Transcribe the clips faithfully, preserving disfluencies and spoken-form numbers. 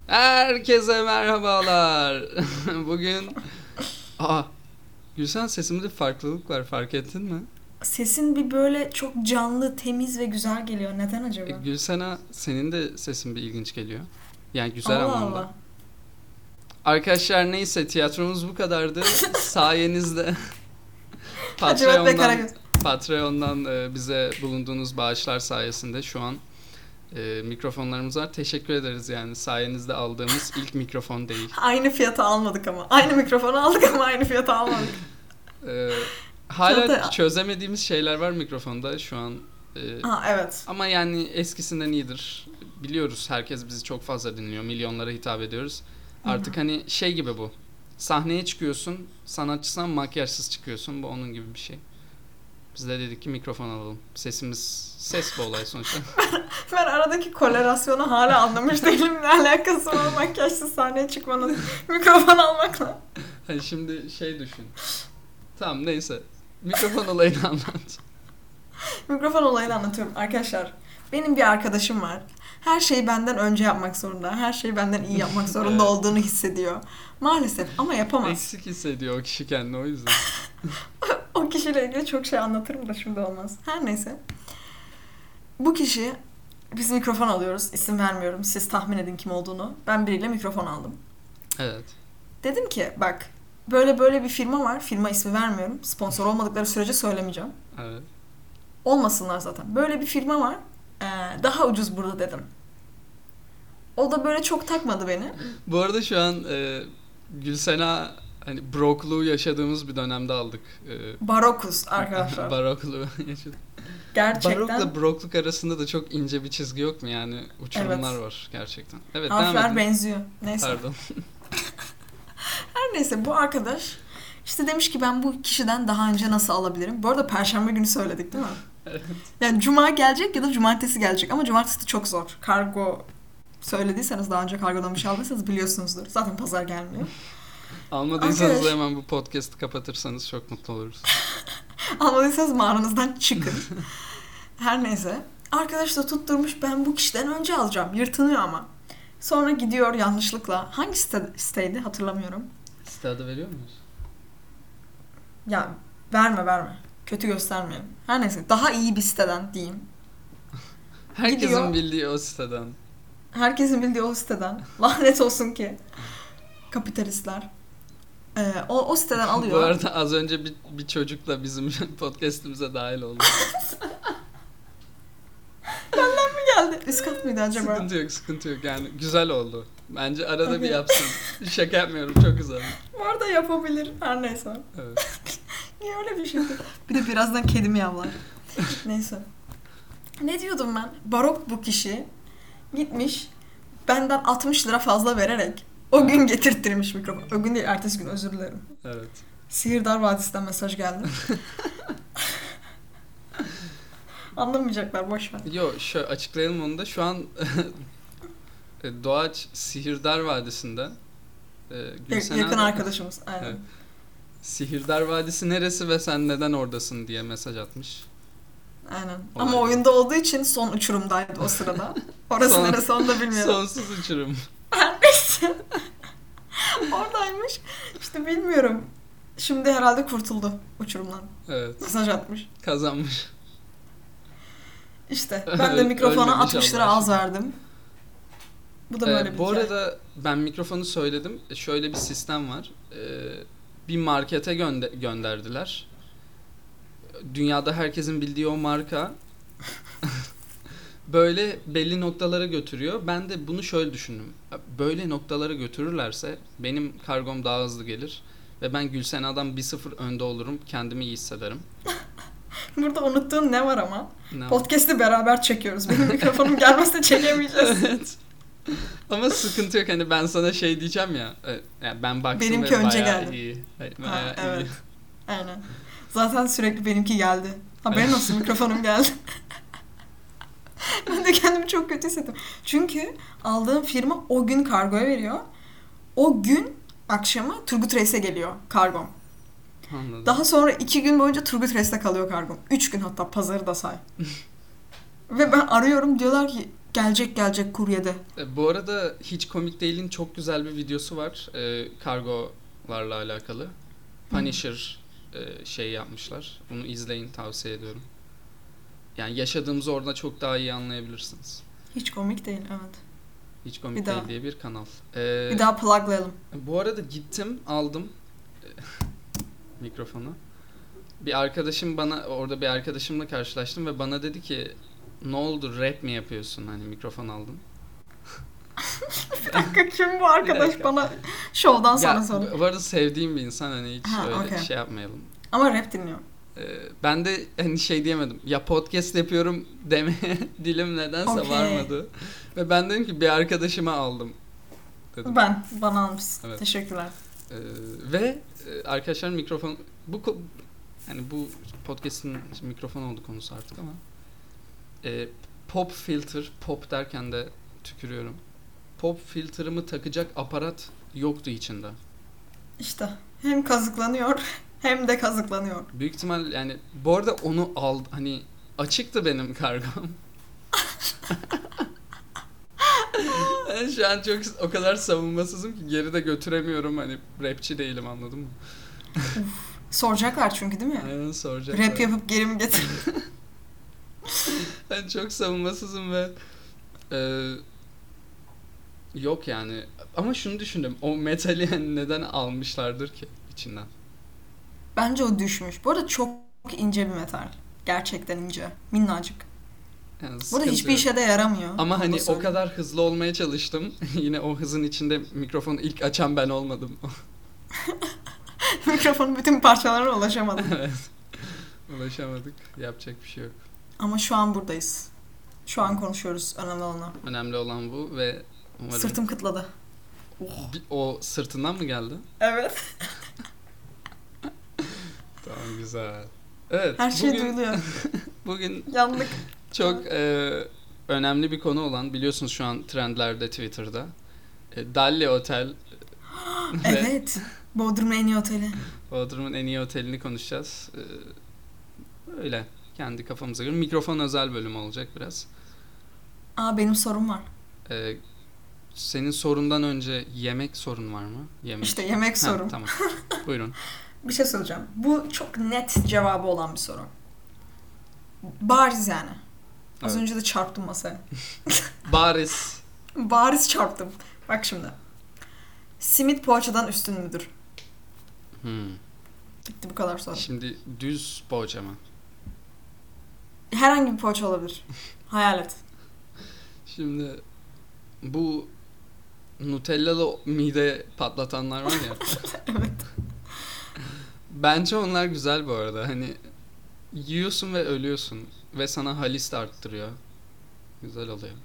Herkese merhabalar. Bugün... Aa, Gülsen sesimde farklılık var, fark ettin mi? Sesin bir böyle çok canlı, temiz ve güzel geliyor. Neden E, acaba? Gülsen'a senin de sesin bir ilginç geliyor. Yani güzel Allah anlamda. Allah. Arkadaşlar neyse tiyatromuz bu kadardı. Sayenizde Hacivat ve Patreon'dan Karagöz. Patreon'dan e, bize bulunduğunuz bağışlar sayesinde şu an e, mikrofonlarımız var. Teşekkür ederiz yani. Sayenizde aldığımız ilk mikrofon değil. Aynı fiyata almadık ama. Aynı mikrofonu aldık ama aynı fiyata almadık. E, hala Fiyatı... çözemediğimiz şeyler var mikrofonda şu an. E, Ha evet. ama yani eskisinden iyidir. Biliyoruz, herkes bizi çok fazla dinliyor. Milyonlara hitap ediyoruz. Artık hani şey gibi bu. Sahneye çıkıyorsun, sanatçısan makyajsız çıkıyorsun. Bu onun gibi bir şey. Biz de dedik ki mikrofon alalım. Sesimiz, ses bu olay sonuçta. Ben aradaki korelasyonu hala anlamış değilim. Ne alakası var makyajsız sahneye çıkmanın mikrofon almakla. Hani şimdi şey düşün. Tamam neyse. Mikrofon olayını anlat. Mikrofon olayını anlatıyorum. Arkadaşlar benim bir arkadaşım var. Her şeyi benden önce yapmak zorunda. Her şeyi benden iyi yapmak zorunda Evet. olduğunu hissediyor. Maalesef ama yapamaz. Eksik hissediyor o kişi kendini, o yüzden. O kişiyle ilgili çok şey anlatırım da şimdi olmaz. Her neyse. Bu kişi, biz mikrofon alıyoruz. İsim vermiyorum. Siz tahmin edin kim olduğunu. Ben biriyle mikrofon aldım. Evet. Dedim ki bak böyle böyle bir firma var. Firma ismi vermiyorum. Sponsor olmadıkları sürece söylemeyeceğim. Evet. Olmasınlar zaten. Böyle bir firma var. Ee, daha ucuz burada dedim. O da böyle çok takmadı beni. Bu arada şu an e, Gülsen'a hani brokluğu yaşadığımız bir dönemde aldık. E, Barokuz arkadaşlar. barokluğu yaşadık. Gerçekten. Barokla brokluk arasında da çok ince bir çizgi yok mu yani? Uçurumlar Evet. var gerçekten. Evet, devam Harfler edin. benziyor. Neyse. Pardon. Her neyse bu arkadaş işte demiş ki ben bu kişiden daha önce nasıl alabilirim? Bu arada Perşembe günü söyledik değil mi? Evet. Yani Cuma gelecek ya da Cumartesi gelecek ama Cumartesi de çok zor. Kargo söylediyseniz, daha önce kargodan bir şey aldıysanız biliyorsunuzdur. Zaten pazar gelmiyor. Almadıysanız Arkadaş- da hemen bu podcast'ı kapatırsanız çok mutlu oluruz. Almadıysanız mağaranızdan çıkın. Her neyse. Arkadaş da tutturmuş ben bu kişiden önce alacağım. Yırtınıyor ama. Sonra gidiyor yanlışlıkla. Hangi site, siteydi hatırlamıyorum. Site adı veriyor muyuz? Ya verme verme. Kötü göstermeyelim. Her neyse daha iyi bir siteden diyeyim. Herkesin Gidiyor. bildiği o siteden. Herkesin bildiği o siteden. Lanet olsun ki. Kapitalistler. Ee, o, o siteden alıyor. Bu arada az önce bir, bir çocukla bizim podcast'imize dahil oldu. Geldi. Üst kat mıydı acaba? Sıkıntı yok, sıkıntı yok. Yani güzel oldu. Bence arada bir Okey. yapsın. Şaka yapmıyorum, çok güzel. Bu arada yapabilir. Her neyse. Evet. Niye öyle bir şey yapıyor? Bir de birazdan kedim yavlar. Neyse. Ne diyordum ben? Barok bu kişi gitmiş benden altmış lira fazla vererek o gün getirttirmiş mikrofon. O gün değil, ertesi gün, özür dilerim. Evet. Sihirdar Vadisi'nden mesaj geldi. Anlamayacaklar, boş ver. Yo, şöyle açıklayalım onu da. Şu an Doğaç Sihirdar Vadisi'nde. E, Gülsen Yakın abi, arkadaşımız. Aynen. Evet. Sihirdar Vadisi neresi ve sen neden oradasın diye mesaj atmış. Aynen. Olay. Ama oyunda olduğu için son uçurumdaydı o sırada. Orası Son- neresi onu da bilmiyorum. Sonsuz uçurum. Neyse. Oradaymış. İşte bilmiyorum. Şimdi herhalde kurtuldu uçurumdan. Evet. Mesaj atmış. Kazanmış. İşte ben de mikrofona Ölmemiş altmış lira Allah az verdim. Bu da böyle Ee, bir bu hikaye. arada ben mikrofonu söyledim. E, Şöyle bir sistem var. Ee, bir markete gönde- gönderdiler. Dünyada herkesin bildiği o marka böyle belli noktalara götürüyor. Ben de bunu şöyle düşündüm. Böyle noktalara götürürlerse benim kargom daha hızlı gelir ve ben Gülsena'dan bir sıfır önde olurum. Kendimi iyi hissederim. Burada unuttuğun ne var ama? Ne var? Podcast'i beraber çekiyoruz. Benim mikrofonum gelmezse çekemeyeceğiz. Evet. Ama sıkıntı yok, hani ben sana şey diyeceğim ya, e, yani ben baktım Benimki ve önce bayağı geldi. iyi. Bayağı Ha, iyi. evet. Aynen. Zaten sürekli benimki geldi. Haberin olsun, mikrofonum geldi. Ben de kendimi çok kötü hissettim. Çünkü aldığım firma o gün kargoya veriyor. O gün akşamı Turgut Reis'e geliyor kargom. Anladım. Daha sonra iki gün boyunca Turgut Reis'te kalıyor kargom. Üç gün hatta, pazarı da say. Ve ben arıyorum, diyorlar ki Gelecek gelecek kuryede. E, bu arada Hiç Komik Değil'in çok güzel bir videosu var. E, kargolarla alakalı. Punisher e, şey yapmışlar. Bunu izleyin, tavsiye ediyorum. Yani yaşadığımızı orada çok daha iyi anlayabilirsiniz. Hiç komik değil, evet. Hiç Komik Bir Değil daha. diye bir kanal. E, Bir daha pluglayalım. Bu arada gittim, aldım e, mikrofonu. Bir arkadaşım bana, orada bir arkadaşımla karşılaştım ve bana dedi ki ne oldu, rap mi yapıyorsun, hani mikrofon aldın. Bir dakika, kim bu arkadaş dakika. bana şovdan sonra Ya sonra. bu arada sevdiğim bir insan, hani hiç Ha, öyle okey. şey yapmayalım. Ama rap dinliyor. Ee, ben de hani şey diyemedim. Ya podcast yapıyorum demeye dilim nedense Okey. varmadı. Ve ben dedim ki bir arkadaşıma aldım dedim. Ben, bana almışsın. Evet. Teşekkürler. Ee, ve e, arkadaşlar mikrofon bu ko- hani bu podcast'in mikrofon oldu konusu artık ama e, pop filter, pop derken de tükürüyorum. Pop filter'ımı takacak aparat yoktu içinde. İşte hem kazıklanıyor hem de kazıklanıyor. Büyük ihtimal yani bu arada onu al, hani açıktı benim kargom. Yani şu an çok o kadar savunmasızım ki geri de götüremiyorum, hani rapçi değilim, anladın mı? Soracaklar çünkü değil mi? Aynen, soracaklar. Rap yapıp geri mi getir? Ben çok savunmasızım ve e, yok yani. Ama şunu düşündüm, o metali yani neden almışlardır ki içinden? Bence o düşmüş. Bu arada çok ince bir metal. Gerçekten ince. Minnacık. Yani Burada sıkıntı hiçbir yok. işe de yaramıyor. Ama Onu hani da o söyleyeyim. kadar hızlı olmaya çalıştım. Yine o hızın içinde mikrofonu ilk açan ben olmadım. Mikrofonun bütün parçalarına ulaşamadım. Evet. Ulaşamadık. Yapacak bir şey yok. Ama şu an buradayız. Şu an konuşuyoruz. Önemli olan o. Önemli olan bu ve umarım... Sırtım kıtladı. Bir- O sırtından mı geldi? Evet. Tamam, güzel. Evet. Her şey bugün, duyuluyor. Bugün Yandık. çok e, önemli bir konu olan, biliyorsunuz şu an trendlerde Twitter'da. E, Dalli Otel ve Evet. Bodrum'un en iyi oteli. Bodrum'un en iyi otelini konuşacağız. E, öyle. Kendi kafamıza göre. Mikrofon özel bölüm olacak biraz. Aa, benim sorum var. E, senin sorundan önce yemek sorun var mı? Yemek. İşte yemek Ha, sorum. tamam. Buyurun. Bir şey söyleyeceğim. Bu çok net cevabı olan bir soru. Bariz yani. Az Evet. önce de çarptım masaya. Bariz. Bariz çarptım. Bak şimdi. Simit poğaçadan üstün müdür? Hmm. Bitti, bu kadar soru. Şimdi düz poğaça mı? Herhangi bir poğaça olabilir. Hayal et. Şimdi bu Nutellalı mide patlatanlar var ya. Evet. Bence onlar güzel bu arada. Hani yiyorsun ve ölüyorsun ve sana halis de arttırıyor. Güzel oluyor.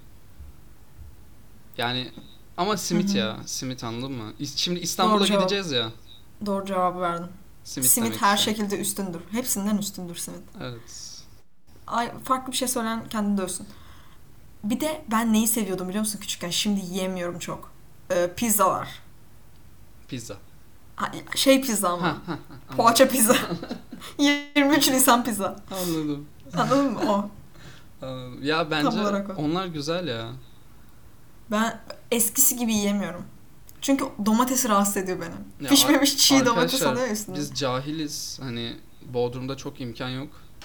Yani ama simit Hı hı. ya. Simit, anladın mı? İs- Şimdi İstanbul'a Doğru cevap. gideceğiz ya. Doğru cevabı verdim. Simit, Simit demek her istiyorum. şekilde üstündür. Hepsinden üstündür simit. Evet. Ay, farklı bir şey söyleyen kendini dövsün. Bir de ben neyi seviyordum biliyor musun küçükken? Şimdi yiyemiyorum çok. Ee, pizzalar. Pizza. Ha, şey pizza ama. Ha, ha, ha, anladım. Poğaça pizza. yirmi üç Nisan pizza. Anladım. Anladın mı? O. Anladım. Ya bence olarak o. onlar güzel ya. Ben eskisi gibi yiyemiyorum. Çünkü domatesi rahatsız ediyor beni. Ya Pişmemiş ar- çiğ domates arkadaşlar, oluyor ya üstünde. Biz cahiliz. Hani Bodrum'da çok imkan yok.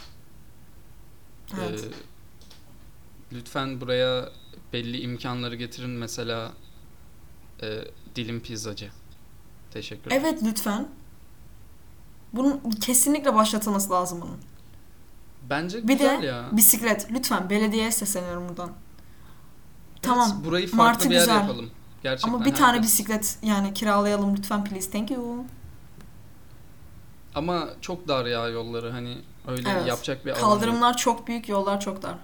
Evet. Ee, lütfen buraya belli imkanları getirin. Mesela e, Dilim Pizzacı. Teşekkür ederim. Evet, lütfen. Bunun kesinlikle başlatılması lazım bunun. Bence Bir güzel de ya. bisiklet. Lütfen belediyeye sesleniyorum buradan. Evet, Tamam. burayı farklı Martı bir yer güzel. yapalım. Gerçekten Ama bir tane herkes- bisiklet yani kiralayalım lütfen, please. Thank you. Ama çok dar ya yolları, hani öyle Evet. yapacak bir alan yok. Kaldırımlar çok büyük, yollar çok dar.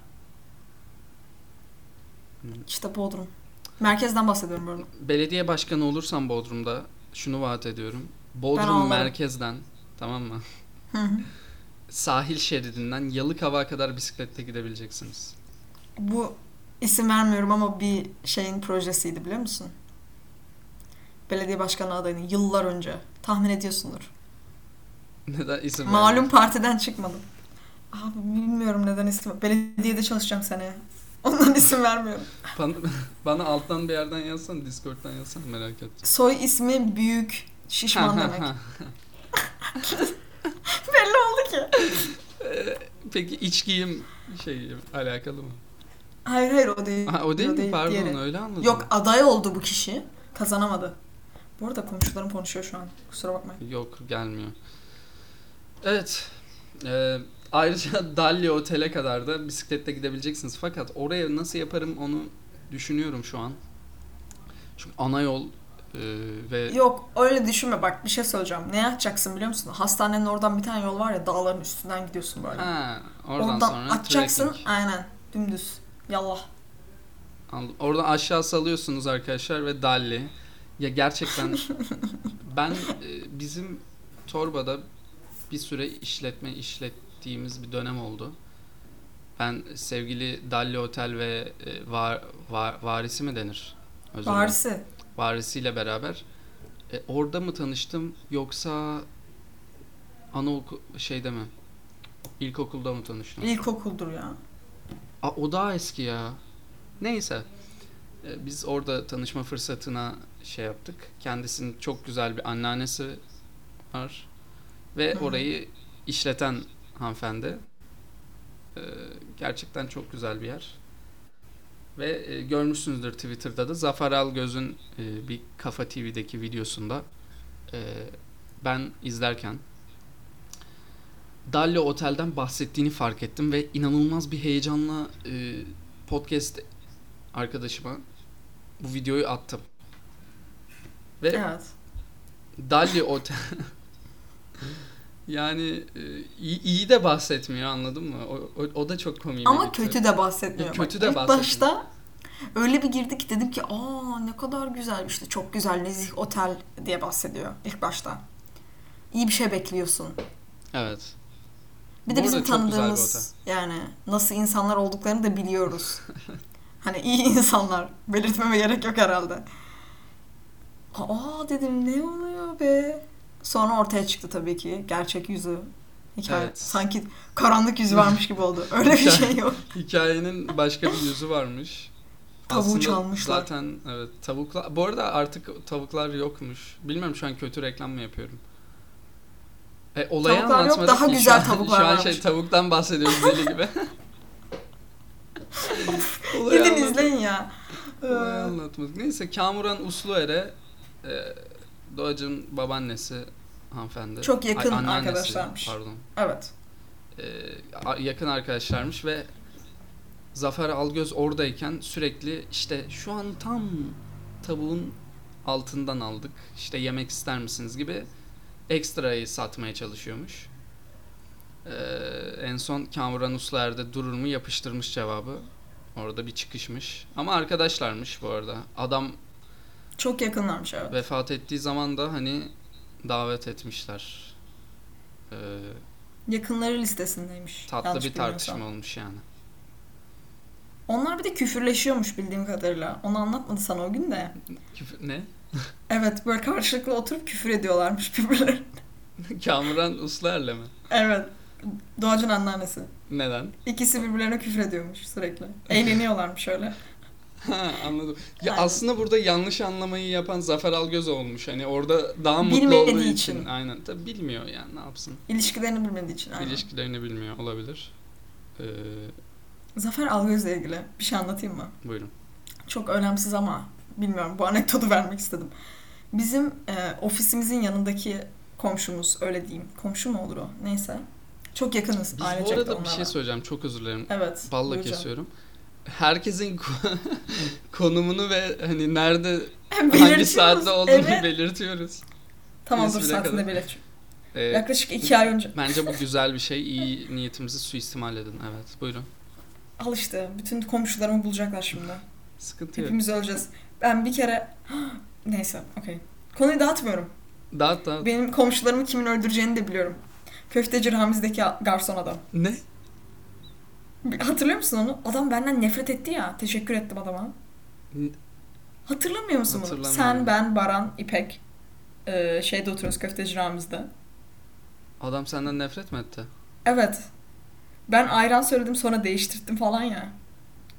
Hı. İşte Bodrum. Merkezden bahsediyorum böyle. Belediye başkanı olursam Bodrum'da şunu vaat ediyorum. Ben Bodrum ağlarım. merkezden, tamam mı? Hı hı. Sahil şeridinden Yalıkavak'a kadar bisikletle gidebileceksiniz. Bu isim vermiyorum ama bir şeyin projesiydi, biliyor musun? Belediye başkanı adayının yıllar önce. Tahmin ediyorsundur. Neden isim Malum vermiyorsun? partiden çıkmadım. Abi bilmiyorum neden isim. Belediyede çalışacağım seneye. Ondan isim vermiyorum. Bana, bana alttan bir yerden yazsana, Discord'dan yazsana, merak ettim. Soy ismi büyük, şişman demek. Belli oldu ki. Ee, Peki iç giyim şey alakalı mı? Hayır hayır o değil. Ha, o değil o mi? değil, Pardon, diğeri. öyle anladım. Yok, aday oldu bu kişi. Kazanamadı. Bu arada komşularım konuşuyor şu an. Kusura bakmayın. Yok, gelmiyor. Evet. Ee, ayrıca Dalya Otel'e kadar da bisikletle gidebileceksiniz. Fakat oraya nasıl yaparım onu düşünüyorum şu an. Çünkü ana yol e, ve... Yok öyle düşünme, bak bir şey söyleyeceğim. Ne yapacaksın biliyor musun? Hastanenin oradan bir tane yol var ya, dağların üstünden gidiyorsun böyle. Ha, oradan, oradan sonra atacaksın trekking. aynen dümdüz. Yallah. Anladım. Oradan aşağı salıyorsunuz arkadaşlar ve Dalli. Ya gerçekten ben e, bizim Torba'da bir süre işletme işlettiğimiz bir dönem oldu. Ben sevgili Dalli Otel ve e, var, var, varisi mi denir? Özür dilerim. Varisi. Varisiyle beraber e, orada mı tanıştım yoksa anaokul şeyde mi? İlkokulda mı tanıştım? İlkokuldur ya. Aa, o daha eski ya. Neyse. Ee, Biz orada tanışma fırsatına şey yaptık. Kendisinin çok güzel bir anneannesi var. Ve Hı. orayı işleten hanımefendi. Ee, Gerçekten çok güzel bir yer. Ve e, görmüşsünüzdür Twitter'da da Zafer Algöz'ün e, bir Kafa T V'deki videosunda e, ben izlerken Dalli Otel'den bahsettiğini fark ettim ve inanılmaz bir heyecanla e, podcast arkadaşıma bu videoyu attım. Ve Evet. Dalli Otel yani e, iyi, iyi de bahsetmiyor, anladın mı? O, o, o da çok komiğime Ama gitti. kötü de bahsetmiyor. Ya, kötü Bak, de ilk bahsetmiyor. başta öyle bir girdik ki dedim ki aa ne kadar güzel, işte çok güzel nezih otel diye bahsediyor ilk başta. İyi bir şey bekliyorsun. Evet. Bir Bu de arada bizim çok güzel bir tanıdığımız yani nasıl insanlar olduklarını da biliyoruz. Hani iyi insanlar. Belirtmeme gerek yok herhalde. Aa dedim ne oluyor be? Sonra ortaya çıktı tabii ki gerçek yüzü. Hikaye. Evet. Sanki karanlık yüzü varmış gibi oldu. Öyle bir şey yok. Hikayenin başka bir yüzü varmış. Tavuğu Aslında çalmışlar. Zaten evet, tavuklar. Bu arada artık tavuklar yokmuş. Bilmiyorum, şu an kötü reklam mı yapıyorum? E, olayı Tavuklar yok, anlatmadık daha ki. güzel Şu an- tavuklar Şu an varmış. şey, tavuktan bahsediyoruz deli gibi. Olayı Gidin anlat- izleyin ya. Olayı anlatmadık. Neyse, Kamuran Usluer'e e, Doğacı'nın babaannesi hanımefendi. Çok yakın Ay, anneannesi, arkadaşlarmış. Pardon. Evet. E, a- yakın arkadaşlarmış ve Zafer Algöz oradayken sürekli işte şu an tam tavuğun altından aldık, İşte yemek ister misiniz gibi ekstrayı satmaya çalışıyormuş. Ee, en son Kamuran Usluer'de durur mu yapıştırmış cevabı. Orada bir çıkışmış. Ama arkadaşlarmış bu arada. Adam Çok yakınlarmış evet. vefat ettiği zaman da hani davet etmişler. Ee, Yakınları listesindeymiş. tatlı yanlış bir tartışma bilmiyorsam. olmuş yani. Onlar bir de küfürleşiyormuş bildiğim kadarıyla. Onu anlatmadı sana o gün de. Küfür, ne? Evet böyle karşılıklı oturup küfür ediyorlarmış birbirlerine. Kamuran Usluer'le mi? Evet. Doğacın anneannesi. Neden? İkisi birbirlerine küfür ediyormuş sürekli. Eğleniyorlarmış öyle. Ha, anladım. Ya Aynen. aslında burada yanlış anlamayı yapan Zafer Algöz olmuş. Hani orada daha mutlu Bilmediği olduğu için. için. Aynen. Tabii bilmiyor yani, ne yapsın. İlişkilerini bilmediği için. Aynen. İlişkilerini bilmiyor olabilir. Ee, Zafer Algöz'le ilgili bir şey anlatayım mı? buyurun. Çok önemsiz ama bilmiyorum, bu anekdotu vermek istedim. Bizim e, ofisimizin yanındaki komşumuz, öyle diyeyim. Komşu mu olur o? Neyse. Çok yakınız Biz bu ailecek de arada bir onlarla. şey söyleyeceğim. Çok özür dilerim. Evet. Balla buyuracağım. kesiyorum. Herkesin ko- konumunu ve hani nerede hangi Belirtiyoruz, saatte olduğunu evet. belirtiyoruz. Tamam dur İsmine saatinde kadar. belirt. Ee, Yaklaşık iki ay önce. Bence bu güzel bir şey. İyi niyetimizi suistimal edin. Evet. Buyurun. Al işte. Bütün komşularımı bulacaklar şimdi. Sıkıntı yok. Hepimiz öleceğiz. Ben bir kere... Neyse, okey. Konuyu dağıtmıyorum. Dağıt dağıt. Benim komşularımı kimin öldüreceğini de biliyorum. Köfteci Ramiz'deki garson adam. Ne? Hatırlıyor musun onu? Adam benden nefret etti ya. Teşekkür ettim adama. N- Hatırlamıyor musun bunu? Hatırlamıyorum. Sen, ben, Baran, İpek. Ee, şeyde oturuyoruz Köfteci Ramiz'de. Adam senden nefret mi etti? Evet. Ben ayran söyledim sonra değiştirttim falan ya.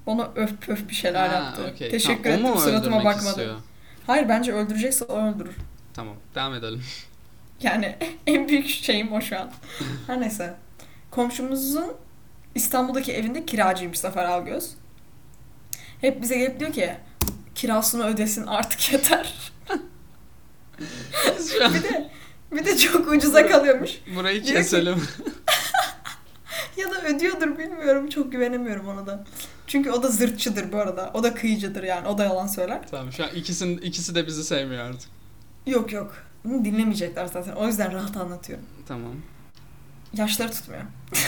Bana öf pöf bir şeyler Ha, yaptı. okey. Teşekkür Tamam, o ettim, mu suratıma öldürmek bakmadı. istiyor? Hayır, bence öldürecekse o öldürür. Tamam, devam edelim. Yani en büyük şeyim o şu an. Her neyse. Komşumuzun İstanbul'daki evinde kiracıymış Zafer Algöz. Hep bize gelip diyor ki kirasını ödesin artık yeter. Şu an Bir de bir de çok ucuza kalıyormuş. burayı Diyor ki- keselim. Ya da ödüyordur, bilmiyorum. Çok güvenemiyorum ona da. Çünkü o da zırtçıdır bu arada. O da kıyıcıdır yani. O da yalan söyler. Tamam, şu an ikisinin, ikisi de bizi sevmiyor artık. Yok yok. Bunu dinlemeyecekler zaten. O yüzden rahat anlatıyorum. Tamam. Yaşları tutmuyor.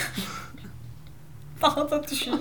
Daha da düşüyor.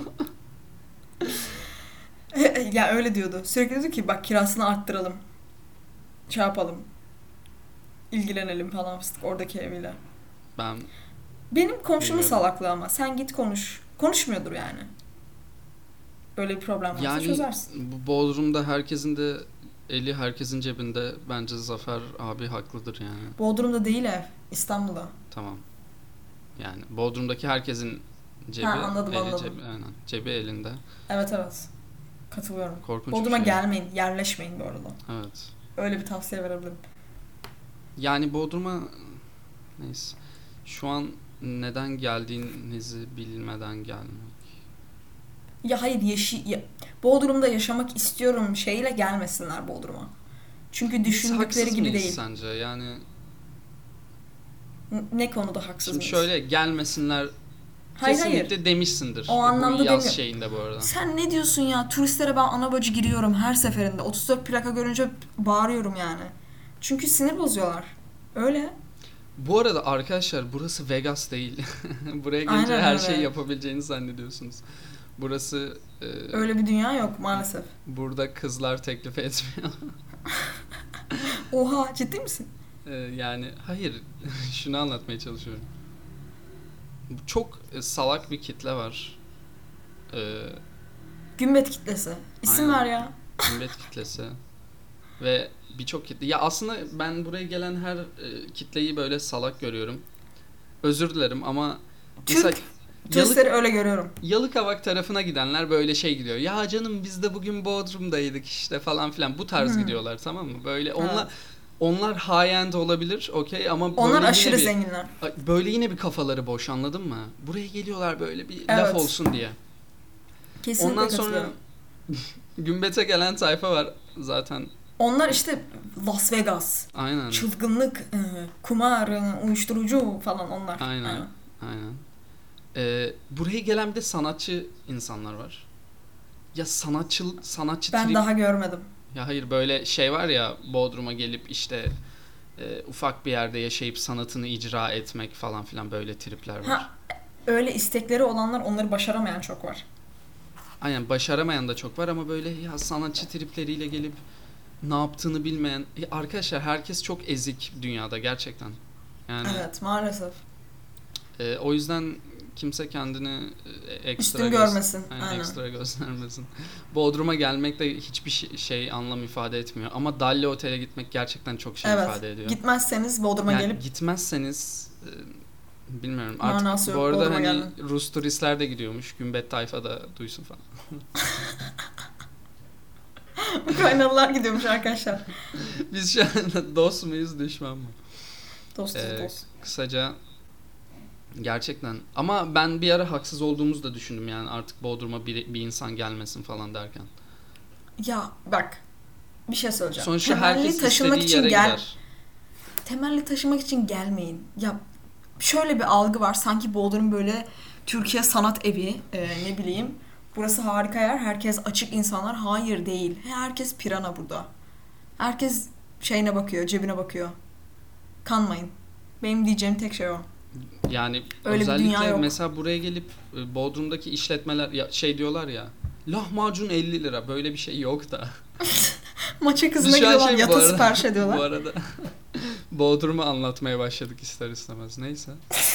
Ya öyle diyordu. Sürekli diyordu ki bak kirasını arttıralım. Şey yapalım. İlgilenelim falan fıstık oradaki eviyle. Ben Benim komşumun Bilmiyorum. salaklığı ama. Sen git konuş. Konuşmuyordur yani. Böyle bir problem varsa yani çözersin. bu Bodrum'da herkesin de eli herkesin cebinde, bence Zafer abi haklıdır yani. Bodrum'da değil ev. İstanbul'da. Tamam. Yani Bodrum'daki herkesin cebi, Ha, anladım, eli anladım. cebi, aynen. Cebi elinde. Evet evet. Katılıyorum. Korkunç Bodrum'a bir şey. gelmeyin. Yerleşmeyin bu arada. Evet. Öyle bir tavsiye verebilirim. Yani Bodrum'a neyse. Şu an neden geldiğinizi bilmeden gelmek. Ya hayır yeşi ya, Bodrum'da yaşamak istiyorum şeyle gelmesinler Bodrum'a. Çünkü Biz düşündükleri haksız gibi mıyız değil. sence? Yani N- Ne konuda haksız şimdi mıyız? şöyle gelmesinler Hayır kesinlikle hayır. demişsindir. O anlamda bu yaz demiyorum. şeyinde bu arada. Sen ne diyorsun ya? Turistlere ben ana bacı giriyorum her seferinde. otuz dört plaka görünce bağırıyorum yani. Çünkü sinir bozuyorlar. Öyle. Bu arada arkadaşlar, burası Vegas değil. Buraya gelince Aynen her öyle. şeyi yapabileceğini zannediyorsunuz. Burası e, Öyle bir dünya yok maalesef. burada kızlar teklif etmiyor. Oha, ciddi misin? E, yani hayır, şunu anlatmaya çalışıyorum. Çok e, salak bir kitle var. E, Gümbet kitlesi. İsim Aynen. ver ya. Millet kitlesi ve birçok kitle. Ya aslında ben buraya gelen her e, kitleyi böyle salak görüyorum. Özür dilerim ama mesela Türk Yalık, turistleri öyle görüyorum. Yalıkavak tarafına gidenler böyle şey gidiyor. Ya canım biz de bugün Bodrum'daydık işte falan filan, bu tarz Hmm. gidiyorlar, tamam mı? Böyle onlar Evet. onlar high end olabilir, okey, ama böyle Onlar yine aşırı bir, zenginler. böyle yine bir kafaları boş, anladın mı? Buraya geliyorlar böyle bir Evet. laf olsun diye. Kesinlikle Ondan sonra katılıyorum. Gümbet'e gelen tayfa var zaten. Onlar işte Las Vegas, Aynen. çılgınlık, e, kumar, e, uyuşturucu falan onlar. Aynen. Yani. Aynen. Ee, buraya gelen bir de sanatçı insanlar var. Ya sanatçı sanatçı Ben trip. daha görmedim. Ya hayır, böyle şey var ya, Bodrum'a gelip işte e, ufak bir yerde yaşayıp sanatını icra etmek falan filan, böyle tripler var. Ha, öyle istekleri olanlar, onları başaramayan çok var. Aynen, başaramayan da çok var ama böyle ya sanatçı tripleriyle gelip ne yaptığını bilmeyen. Ya arkadaşlar, herkes çok ezik dünyada gerçekten. Yani Evet, maalesef. e, o yüzden kimse kendini e, ekstra Üstün göz- görmesin. Aynen, Aynen. ekstra göstermesin. Bodrum'a gelmek de hiçbir şey, şey anlam ifade etmiyor. Ama Dalle Otel'e gitmek gerçekten çok şey Evet. ifade ediyor. Gitmezseniz Bodrum'a Yani gelip gitmezseniz e, bilmiyorum Manası artık, yok, bu arada Bodrum'a hani gelmenin. Rus turistler de gidiyormuş. Gümbet tayfa da duysun falan. Ukraynalılar gidiyormuş arkadaşlar. Biz şu an dost muyuz, düşman mı? Dostuz Ee, dost. Kısaca gerçekten, ama ben bir ara haksız olduğumuzu da düşündüm yani, artık Bodrum'a bir, bir insan gelmesin falan derken. Ya bak, bir şey söyleyeceğim. Sonuçta Temelli herkes taşınmak istediği için yere gel. gider. Temelli taşımak için gelmeyin. Ya şöyle bir algı var. Sanki Bodrum böyle Türkiye sanat evi, e, ne bileyim. Burası harika yer. Herkes açık insanlar. Hayır değil. Herkes pirana burada. Herkes şeyine bakıyor, cebine bakıyor. Kanmayın. Benim diyeceğim tek şey o. Yani Öyle bir dünya özellikle yok. mesela buraya gelip e, Bodrum'daki işletmeler ya, şey diyorlar ya, lahmacun elli lira, böyle bir şey yok da. Maça Biz kızına şu an gidiyorlar, şey, bu yata arada- sipariş ediyorlar. Bu arada Bodrum'u anlatmaya başladık ister istemez. Neyse.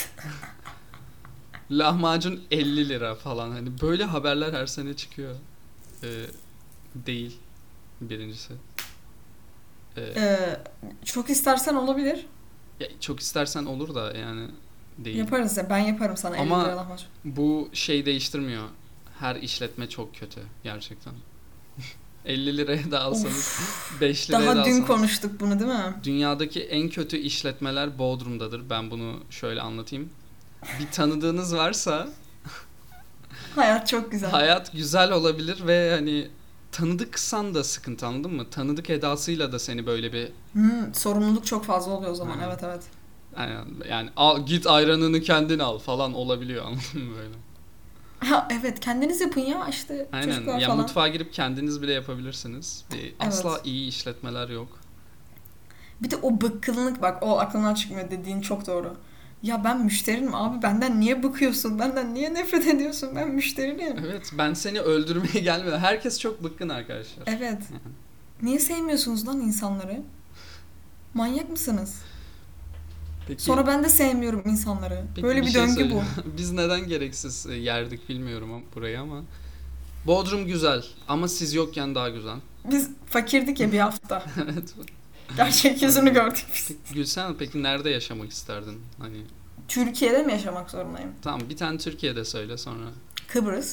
Lahmacun elli lira falan, hani böyle haberler her sene çıkıyor. Ee, değil birincisi. Ee, Ee, çok istersen olabilir. ya çok istersen olur da yani değil. Yaparız ya. Ben yaparım sana elli Ama- lira lahmacun. Bu şey değiştirmiyor. her işletme çok kötü gerçekten. elli liraya da alsanız, beş liraya da Daha alsanız. dün konuştuk bunu değil mi? Dünyadaki en kötü işletmeler Bodrum'dadır. Ben bunu şöyle anlatayım. Bir tanıdığınız varsa Hayat çok güzel. hayat güzel olabilir ve hani tanıdıksan da sıkıntı, anladın mı? Tanıdık edasıyla da seni böyle bir Hmm, sorumluluk çok fazla oluyor o zaman. Aynen. Evet evet. yani, yani al, git ayranını kendin al falan olabiliyor, anladın mı böyle? Ha, evet kendiniz yapın ya işte Aynen. çocuklar Ya falan. mutfağa girip kendiniz bile yapabilirsiniz. Ee, Asla Evet. iyi işletmeler yok. Bir de o bıkkınlık bak o aklımdan çıkmıyor dediğin çok doğru. Ya ben müşterinim abi benden niye bıkıyorsun? Benden niye nefret ediyorsun? Ben müşteriyim. Evet, ben seni öldürmeye gelmedim. Herkes çok bıkkın arkadaşlar. Evet. Niye sevmiyorsunuz lan insanları? Manyak mısınız? Peki, Sonra ben de sevmiyorum insanları. peki Böyle bir, şey döngü bu. söyleyeyim. Biz neden gereksiz e, yerdik bilmiyorum ama- burayı ama. Bodrum güzel ama siz yokken daha güzel. Biz fakirdik ya bir hafta. Evet. Gerçek yüzünü gördük biz. Peki, Gülsen, peki nerede yaşamak isterdin? Hani Türkiye'de mi yaşamak zorundayım? tamam, bir tane Türkiye'de söyle sonra. Kıbrıs.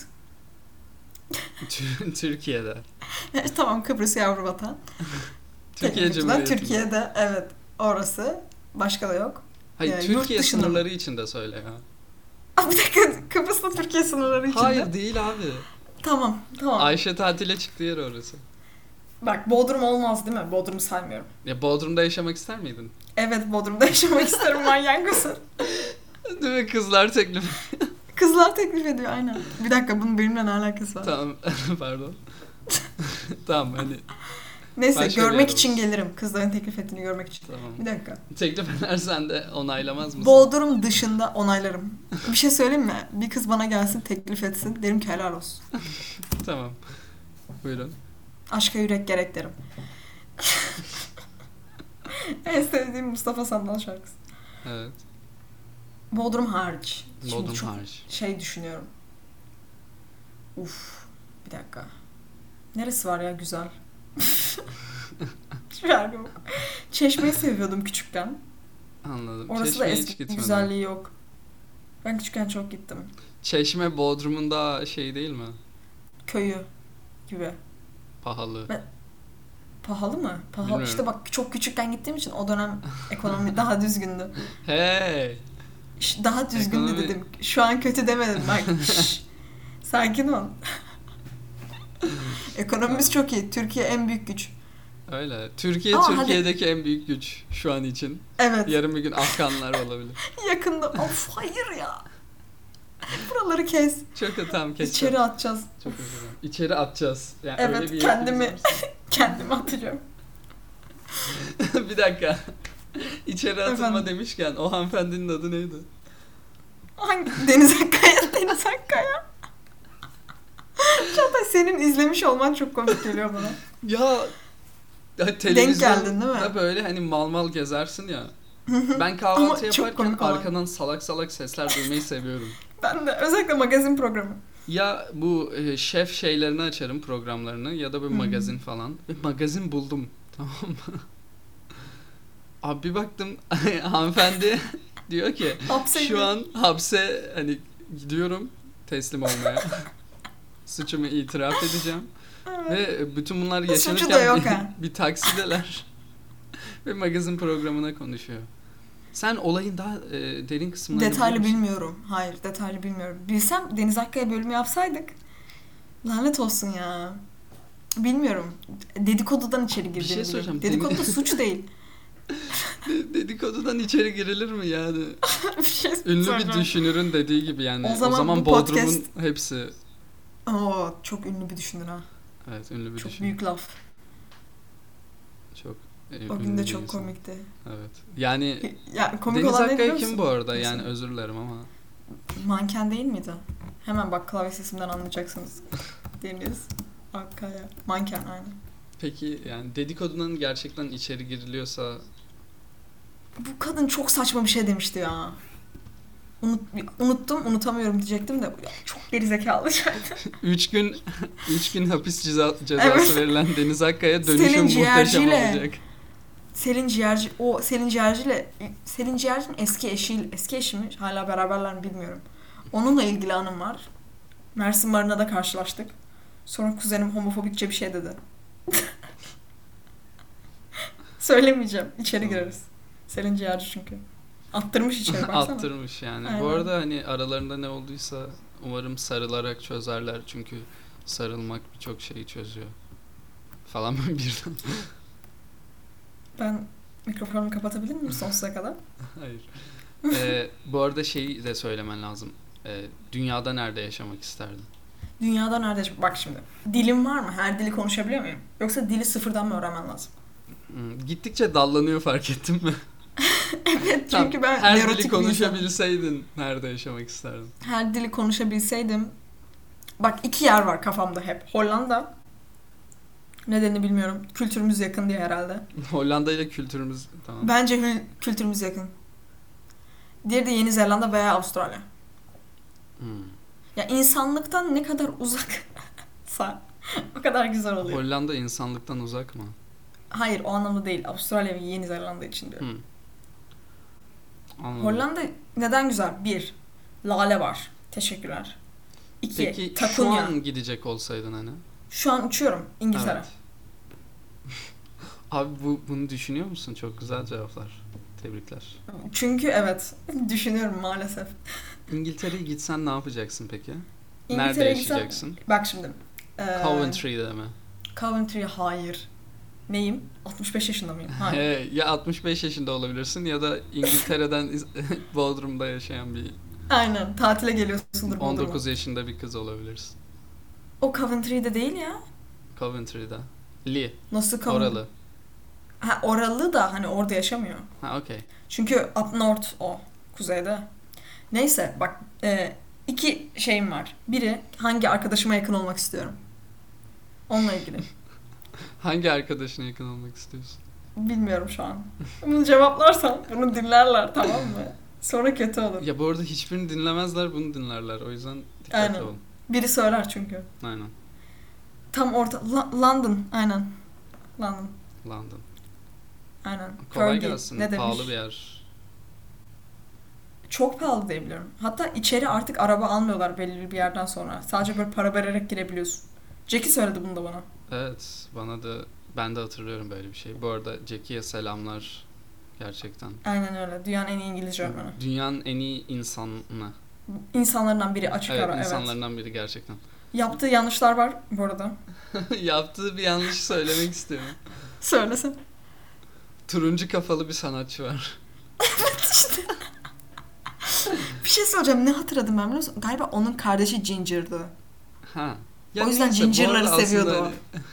Tür- Türkiye'de. Tamam Kıbrıs yavru vatan. Türkiye Teknik açıdan Cumhuriyeti. Türkiye'de evet orası. Başka da yok. Hayır, Ee, yurt Türkiye dışında mı? sınırları içinde söyle ya. Aa, bir dakika Kıbrıs'ta Türkiye sınırları içinde. Hayır değil abi. Tamam tamam. Ayşe tatile çıktı yer orası. Bak Bodrum olmaz değil mi? Bodrum'u saymıyorum. Ya Bodrum'da yaşamak ister miydin? Evet Bodrum'da yaşamak isterim manyak mısın? Değil mi? Kızlar teklif. Kızlar teklif ediyor aynen. Bir dakika bunun benimle ne alakası var? Tamam. Pardon. Tamam hani. Neyse Başka bir görmek yer için olsun. gelirim. Kızların teklif ettiğini görmek için. Tamam. Bir dakika. Teklif edersen de onaylamaz mısın? Bodrum dışında onaylarım. Bir şey söyleyeyim mi? Bir kız bana gelsin teklif etsin. Derim ki helal olsun. Tamam. Buyurun. Aşka yürek gerek derim. En sevdiğim Mustafa Sandal şarkısı. Evet. Bodrum hariç. Şimdi Bodrum çok hariç. şey düşünüyorum. Uf. Bir dakika. Neresi var ya güzel? Hiçbir yer yok. Çeşme'yi seviyordum küçükken. Anladım. Orası Çeşme'ye da hiç eski gitmedim. güzelliği yok. Ben küçükken çok gittim. Çeşme Bodrum'un da şey değil mi? Köyü gibi. Pahalı. Ben- Pahalı mı? Pahalı. Bilmiyorum. İşte bak çok küçükken gittiğim için o dönem ekonomi daha düzgündü. Hey! Şş, Daha düzgündü Ekonomi- dedim. Şu an kötü demedim bak. Şş, Sakin ol. Ekonomimiz çok iyi. Türkiye en büyük güç. Öyle. Türkiye Ama hadi- Türkiye'deki en büyük güç şu an için. Evet. Yarın bir gün Afganlar olabilir. Yakında. Of hayır ya. Buraları kes. Çok da tamam kesin. İçeri atacağız. Çok özür dilerim. İçeri atacağız. Yani Evet, öyle bir kendimi- yetkimiz varsa. Kendimi atacağım. Bir dakika. İçeri atılma Efendim? demişken o hanımefendinin adı neydi? Hangi? Deniz Akkaya. Deniz Akkaya. Çağatay senin izlemiş olman çok komik geliyor bana. Ya, ya televizyonda geldin değil mi? böyle hani mal mal gezersin ya. Ben kahvaltı Ama çok yaparken komik olan. arkadan salak salak sesler duymayı seviyorum. Ben de özellikle magazin programı. Ya bu e, şef şeylerini açarım, programlarını ya da bir Hı. magazin falan. Ve magazin buldum. Tamam mı? Abi bir baktım hanımefendi diyor ki Hapse şu gir- an hapse hani gidiyorum teslim olmaya. Suçumu itiraf edeceğim. Ve bütün bunlar Bu suçu da yaşanırken yok bir, ha. bir taksideler. Ve magazin programına konuşuyor. Sen olayın daha e, derin kısımlarını Detaylı biliyor musun? bilmiyorum. Hayır detaylı bilmiyorum. Bilsem Deniz Akkaya bölümü yapsaydık. Lanet olsun ya. Bilmiyorum. Dedikodudan içeri girdiğini şey biliyorum. soracağım. Dedikodu da suç değil. Dedikodudan içeri girilir mi yani? bir şey Ünlü bir soracağım. düşünürün dediği gibi yani. O O zaman zaman, bu Bodrum'un podcast- hepsi. Oo, çok ünlü bir düşünür ha. Evet, ünlü bir Çok düşünür. büyük laf. Çok e, O ünlü gün de bir çok insan. komikti. Evet. Yani Ya komik Deniz olan ne biliyor Akkaya musun? kim bu arada? Neyse. Yani özür dilerim ama. Manken değil miydi? Hemen bak klavye sesimden anlayacaksınız. Deniz Akkaya. Manken aynen. Peki yani dedikodudan gerçekten içeri giriliyorsa Bu kadın çok saçma bir şey demişti ya. Unut, unuttum, unutamıyorum diyecektim de ya çok gerizekalı şeydi. üç gün üç gün hapis ceza, cezası Evet. verilen Deniz Akkaya dönüşüm Selin muhteşem Ciğerci'yle- olacak. Selin Ciğerci, o Selin Ciğerci'yle Selin Ciğerci'nin eski eşiyle, eski eşi mi? Hala beraberler mi bilmiyorum. Onunla ilgili anım var. Mersin Marina'da karşılaştık. Sonra kuzenim homofobikçe bir şey dedi. Söylemeyeceğim. İçeri gireriz. Selin ciğerci çünkü. Attırmış içeri baksana. Attırmış yani. Aynen. Bu arada hani aralarında ne olduysa umarım sarılarak çözerler. Çünkü sarılmak birçok şeyi çözüyor. Falan ben birden. Ben mikrofonumu kapatabilir miyim sonsuza kadar? Hayır. Ee, bu arada şeyi de söylemen lazım. Ee, dünyada nerede yaşamak isterdin? Dünyada nerede? Bak şimdi. Dilim var mı? Her dili konuşabiliyor muyum? Yoksa dili sıfırdan mı öğrenmem lazım? Hmm, gittikçe dallanıyor fark ettin mi? Evet, Tamam, çünkü ben her nörotik dili bir insanım. konuşabilseydin nerede yaşamak isterdin? Her dili konuşabilseydim. Bak iki yer var kafamda hep. Hollanda. Nedenini bilmiyorum. Kültürümüz yakın diye herhalde. Hollanda ile kültürümüz tamam. Bence hül- kültürümüz yakın. Diğeri de Yeni Zelanda veya Avustralya. Hmm. Ya insanlıktan ne kadar uzaksa o kadar güzel oluyor. Hollanda insanlıktan uzak mı? Hayır, o anlamda değil. Avustralya ve Yeni Zelanda için diyorum. Hmm. Anladım. Hollanda neden güzel? Bir, lale var. Teşekkürler. İki, Peki takunya. şu an gidecek olsaydın hani? Şu an uçuyorum İngiltere. Evet. Abi bu bunu düşünüyor musun? Çok güzel cevaplar. Tebrikler. Çünkü evet, düşünüyorum maalesef. İngiltere'ye gitsen ne yapacaksın peki? İngiltere'ye Nerede gitsem- yaşayacaksın? Bak şimdi. Ee, Coventry'de mi? Coventry hayır. Neyim? altmış beş yaşında mıyım? Hayır. He, ya altmış beş yaşında olabilirsin ya da İngiltere'den Bodrum'da yaşayan bir Aynen. Tatile geliyorsundur on dokuz Bodrum'a. yaşında bir kız olabilirsin. O Coventry'de değil ya. Coventry'de. Lee. Nasıl Coventry? Oralı. Ha, oralı da hani orada yaşamıyor. Ha okey. Çünkü up north o. Kuzeyde. Neyse bak e, iki şeyim var. Biri hangi arkadaşıma yakın olmak istiyorum. Onunla ilgili. Hangi arkadaşına yakın olmak istiyorsun? Bilmiyorum şu an. Bunu cevaplarsam bunu dinlerler, tamam mı? Sonra kötü olur. Ya bu arada hiçbirini dinlemezler, bunu dinlerler. O yüzden dikkatli Aynen. olun. Biri söyler çünkü. Aynen. Tam orta... La- London. Aynen. London. London. Aynen. Kolay Fergie gelsin. ne demiş? Pahalı bir yer. Çok pahalı diye biliyorum. Hatta içeri artık araba almıyorlar belli bir yerden sonra. Sadece böyle para vererek girebiliyorsun. Jackie söyledi bunu da bana. Evet. Bana da ben de hatırlıyorum böyle bir şey. Bu arada Jackie'ye selamlar. Gerçekten. Aynen öyle. Dünyanın en iyi İngilizce öğretmeni. Dünyanın en iyi insanı. İnsanlarından biri açık Evet, ara. Evet. insanlarından biri gerçekten. Yaptığı yanlışlar var bu arada. Yaptığı bir yanlış söylemek istiyorum. Söylesin. Turuncu kafalı bir sanatçı var. Bir şey söyleyeceğim. Ne hatırladım ben biliyor musun? Galiba onun kardeşi Ginger'dı. Ha. O yüzden neyse, bu Ginger'ları arada seviyordu aslında o. hani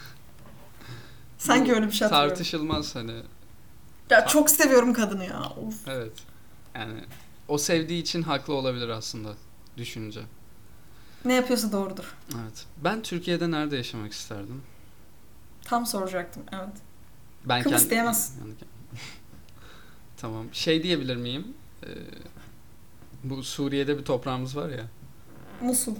Sanki bu öyle bir şey hatırlıyorum. tartışılmaz hani. Ya çok seviyorum kadını ya. Of. Evet. Yani o sevdiği için haklı olabilir aslında düşünce. Ne yapıyorsa doğrudur. Evet. Ben Türkiye'de nerede yaşamak isterdim? Tam soracaktım. Evet. Ben Kıbrıs kend- diyemezsin. Yani- Tamam. Şey diyebilir miyim? Ee, bu Suriye'de bir toprağımız var ya. Musul.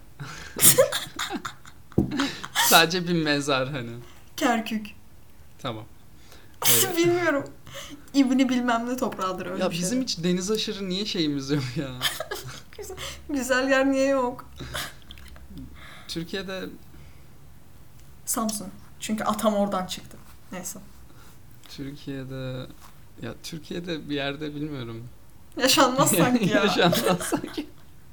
Sadece bir mezar hani. Kerkük. Tamam. Evet. Bilmiyorum. İbni bilmem ne toprağıdır öyle Ya bir bizim şey. hiç deniz aşırı niye şeyimiz yok ya? Güzel yer niye yok? Türkiye'de Samsun. Çünkü atam oradan çıktı. Neyse. Türkiye'de ya Türkiye'de bir yerde bilmiyorum. Yaşanmaz sanki ya. Yaşanmaz sanki.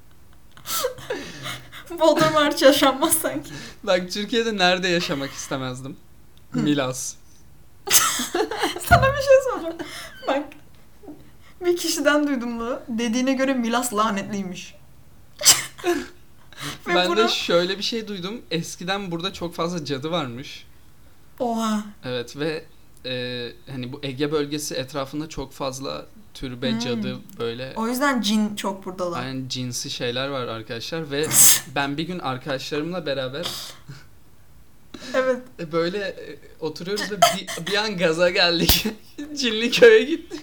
Bodrum hariç yaşanmaz sanki. Bak Türkiye'de nerede yaşamak istemezdim? Milas. Sana bir şey soracağım. Bak. Bir kişiden duydum bunu. Dediğine göre Milas lanetliymiş. Ve Ben bunu... de şöyle bir şey duydum. Eskiden burada çok fazla cadı varmış. Oha. Evet ve e, hani bu Ege bölgesi etrafında çok fazla türbe, Hmm. cadı böyle O yüzden cin çok buradalar. aynen cinsi şeyler var arkadaşlar ve ben bir gün arkadaşlarımla beraber Evet. e, böyle e, oturuyoruz ve bir, bir an gaza geldik. Cinliköy'e gittik.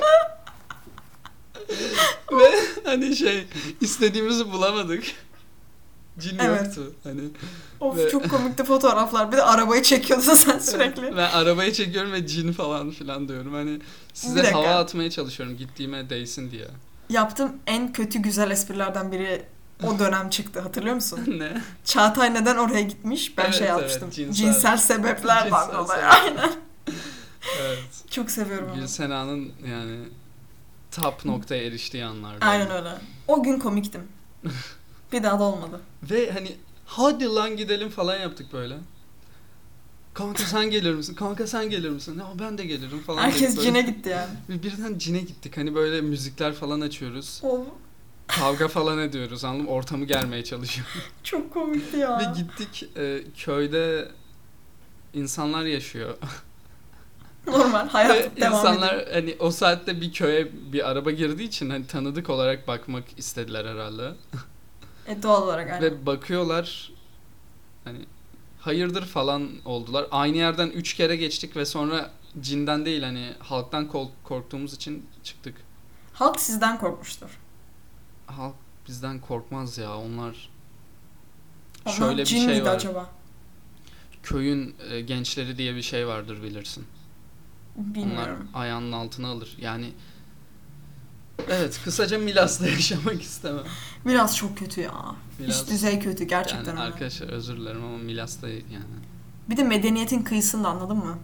Ve hani şey istediğimizi bulamadık. Cin Evet. yoktu hani. Of Ve- çok komikti fotoğraflar. Bir de arabayı çekiyordun sen sürekli. Ben arabayı çekiyorum ve cin falan filan diyorum. Hani Bir size dakika. hava atmaya çalışıyorum gittiğime değsin diye. Yaptığım en kötü güzel esprilerden biri o dönem çıktı. Hatırlıyor musun? Ne? Çağatay neden oraya gitmiş? Ben Evet, şey evet, yapmıştım. cinsel- cinsel sebeplerden Cinsel dolayı. sebep. Aynen. Evet. Çok seviyorum onu. Gülsena'nın yani top noktaya eriştiği anlarda. Aynen öyle. O gün komiktim. Bir daha da olmadı. Ve hani hadi lan gidelim falan yaptık böyle. Kanka sen gelir misin? Kanka sen gelir misin? Ya ben de gelirim falan. Herkes dedik böyle. cine gitti yani. Bir- Birden cine gittik. Hani böyle müzikler falan açıyoruz. O Kavga falan ediyoruz, anladın mı? Ortamı germeye çalışıyoruz. çok komikti ya. Ve gittik e, köyde insanlar yaşıyor. Normal Ve hayat devam insanlar ediyor. hani o saatte bir köye bir araba girdiği için hani tanıdık olarak bakmak istediler herhalde. E, doğal olarak aynen. Ve bakıyorlar hani hayırdır falan oldular. Aynı yerden üç kere geçtik ve sonra cinden değil hani halktan kork- korktuğumuz için çıktık. Halk sizden korkmuştur. Halk bizden korkmaz ya, onlar Onlar şöyle bir cin şey miydi var. acaba? Köyün e, gençleri diye bir şey vardır, bilirsin. Bilmiyorum. Onlar ayağının altına alır. Yani evet, kısaca Milas'ta yaşamak istemem. Biraz çok kötü ya. Milas, Üst düzey kötü gerçekten yani öyle. arkadaşlar özür dilerim ama Milas'ta yani. Bir de medeniyetin kıyısında, anladın mı?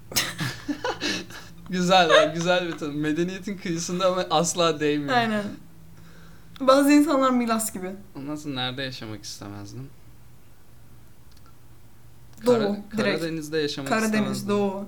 Güzel ya, güzel bir tanım. Medeniyetin kıyısında ama asla değmiyor. Aynen. Bazı insanlar Milas gibi. Ondan sonra nerede yaşamak istemezdim? Doğu, Kara- direkt. Karadeniz'de yaşamak Karadeniz, istemezdim. Doğu.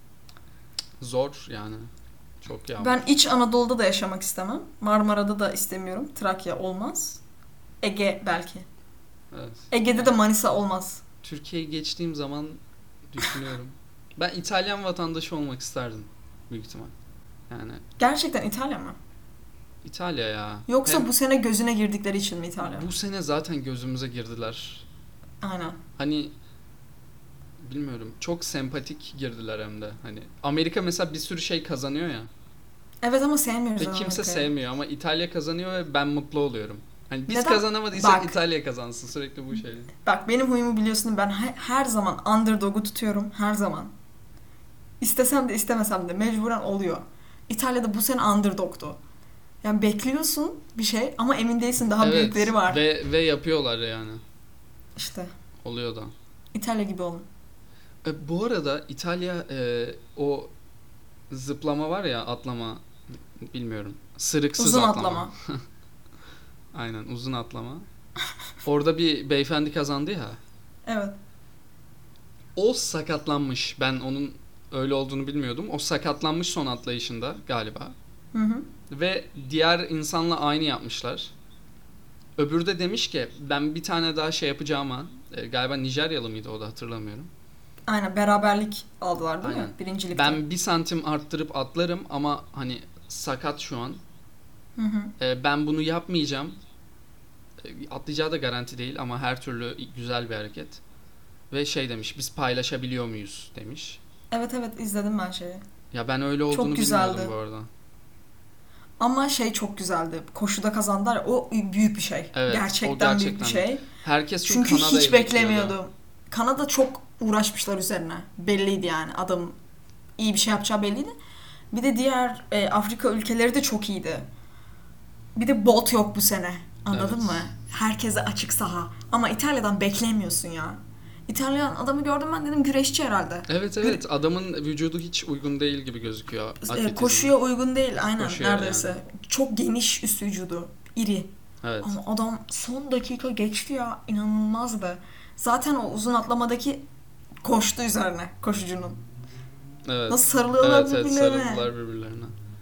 Zor yani. Çok yağmur. Ben İç Anadolu'da da yaşamak istemem. Marmara'da da istemiyorum. Trakya olmaz. Ege belki. Evet. Ege'de de Manisa olmaz. Türkiye'yi geçtiğim zaman düşünüyorum. Ben İtalyan vatandaşı olmak isterdim büyük ihtimal. Yani Gerçekten İtalya mı? İtalya ya. Yoksa Hem bu sene gözüne girdikleri için mi İtalya? bu sene zaten gözümüze girdiler. Aynen. Hani bilmiyorum, çok sempatik girdiler hem de. Hani Amerika mesela bir sürü şey kazanıyor ya. Evet ama sevmiyoruz Ve Amerika'yı. kimse sevmiyor ama İtalya kazanıyor ve ben mutlu oluyorum. Hani biz Neden? kazanamadıysak Bak. İtalya kazansın, sürekli bu şey. Bak benim huyumu biliyorsun, ben he- her zaman underdog'u tutuyorum. Her zaman. İstesem de istemesem de mecburen oluyor. İtalya'da bu sene underdog'tu. Yani bekliyorsun bir şey ama emin değilsin, daha Evet, büyükleri var. Ve ve yapıyorlar yani. İşte Oluyor da. İtalya gibi olun. E, bu arada İtalya e, o zıplama var ya, atlama, bilmiyorum. Sırıksız Uzun atlama. atlama. Aynen, uzun atlama. Orada bir beyefendi kazandı ya. Evet. O sakatlanmış. Ben onun öyle olduğunu bilmiyordum. O sakatlanmış son atlayışında galiba. Hı hı. Ve diğer insanla aynı yapmışlar. Öbürü de demiş ki ben bir tane daha şey yapacağıma, e, galiba Nijeryalı mıydı o da, hatırlamıyorum. Aynen, beraberlik aldılar değil Aynen. mi? Birincilikte. Ben bir santim arttırıp atlarım ama hani sakat şu an. Hı hı. E, ben bunu yapmayacağım. E, atlayacağı da garanti değil ama her türlü güzel bir hareket. Ve şey demiş, biz paylaşabiliyor muyuz demiş. Evet evet, izledim ben şeyi. Ya ben öyle olduğunu güzeldi. bilmiyordum bu arada. Ama şey çok güzeldi. Koşuda kazandılar ya, o büyük bir şey. Evet, o gerçekten, büyük bir gerçekten. şey. Herkes Çünkü Kanada'yı hiç bekliyordu. beklemiyordum. Kanada çok uğraşmışlar üzerine. Belliydi yani, adam iyi bir şey yapacağı belliydi. Bir de diğer e, Afrika ülkeleri de çok iyiydi. Bir de bot yok bu sene. Anladın Evet. mı? Herkese açık saha. Ama İtalya'dan beklemiyorsun ya. İtalyan adamı gördüm ben, dedim güreşçi herhalde. Evet evet, adamın vücudu hiç uygun değil gibi gözüküyor. E, atletizm. koşuya uygun değil aynen, Koşuya neredeyse. yani. Çok geniş üst vücudu. İri. Evet. Ama adam son dakika geçti ya, inanılmazdı. Zaten o uzun atlamadaki koştu üzerine koşucunun. Evet. Nasıl sarılıyorlar Evet, evet, birbirlerine. sarıldılar birbirlerine.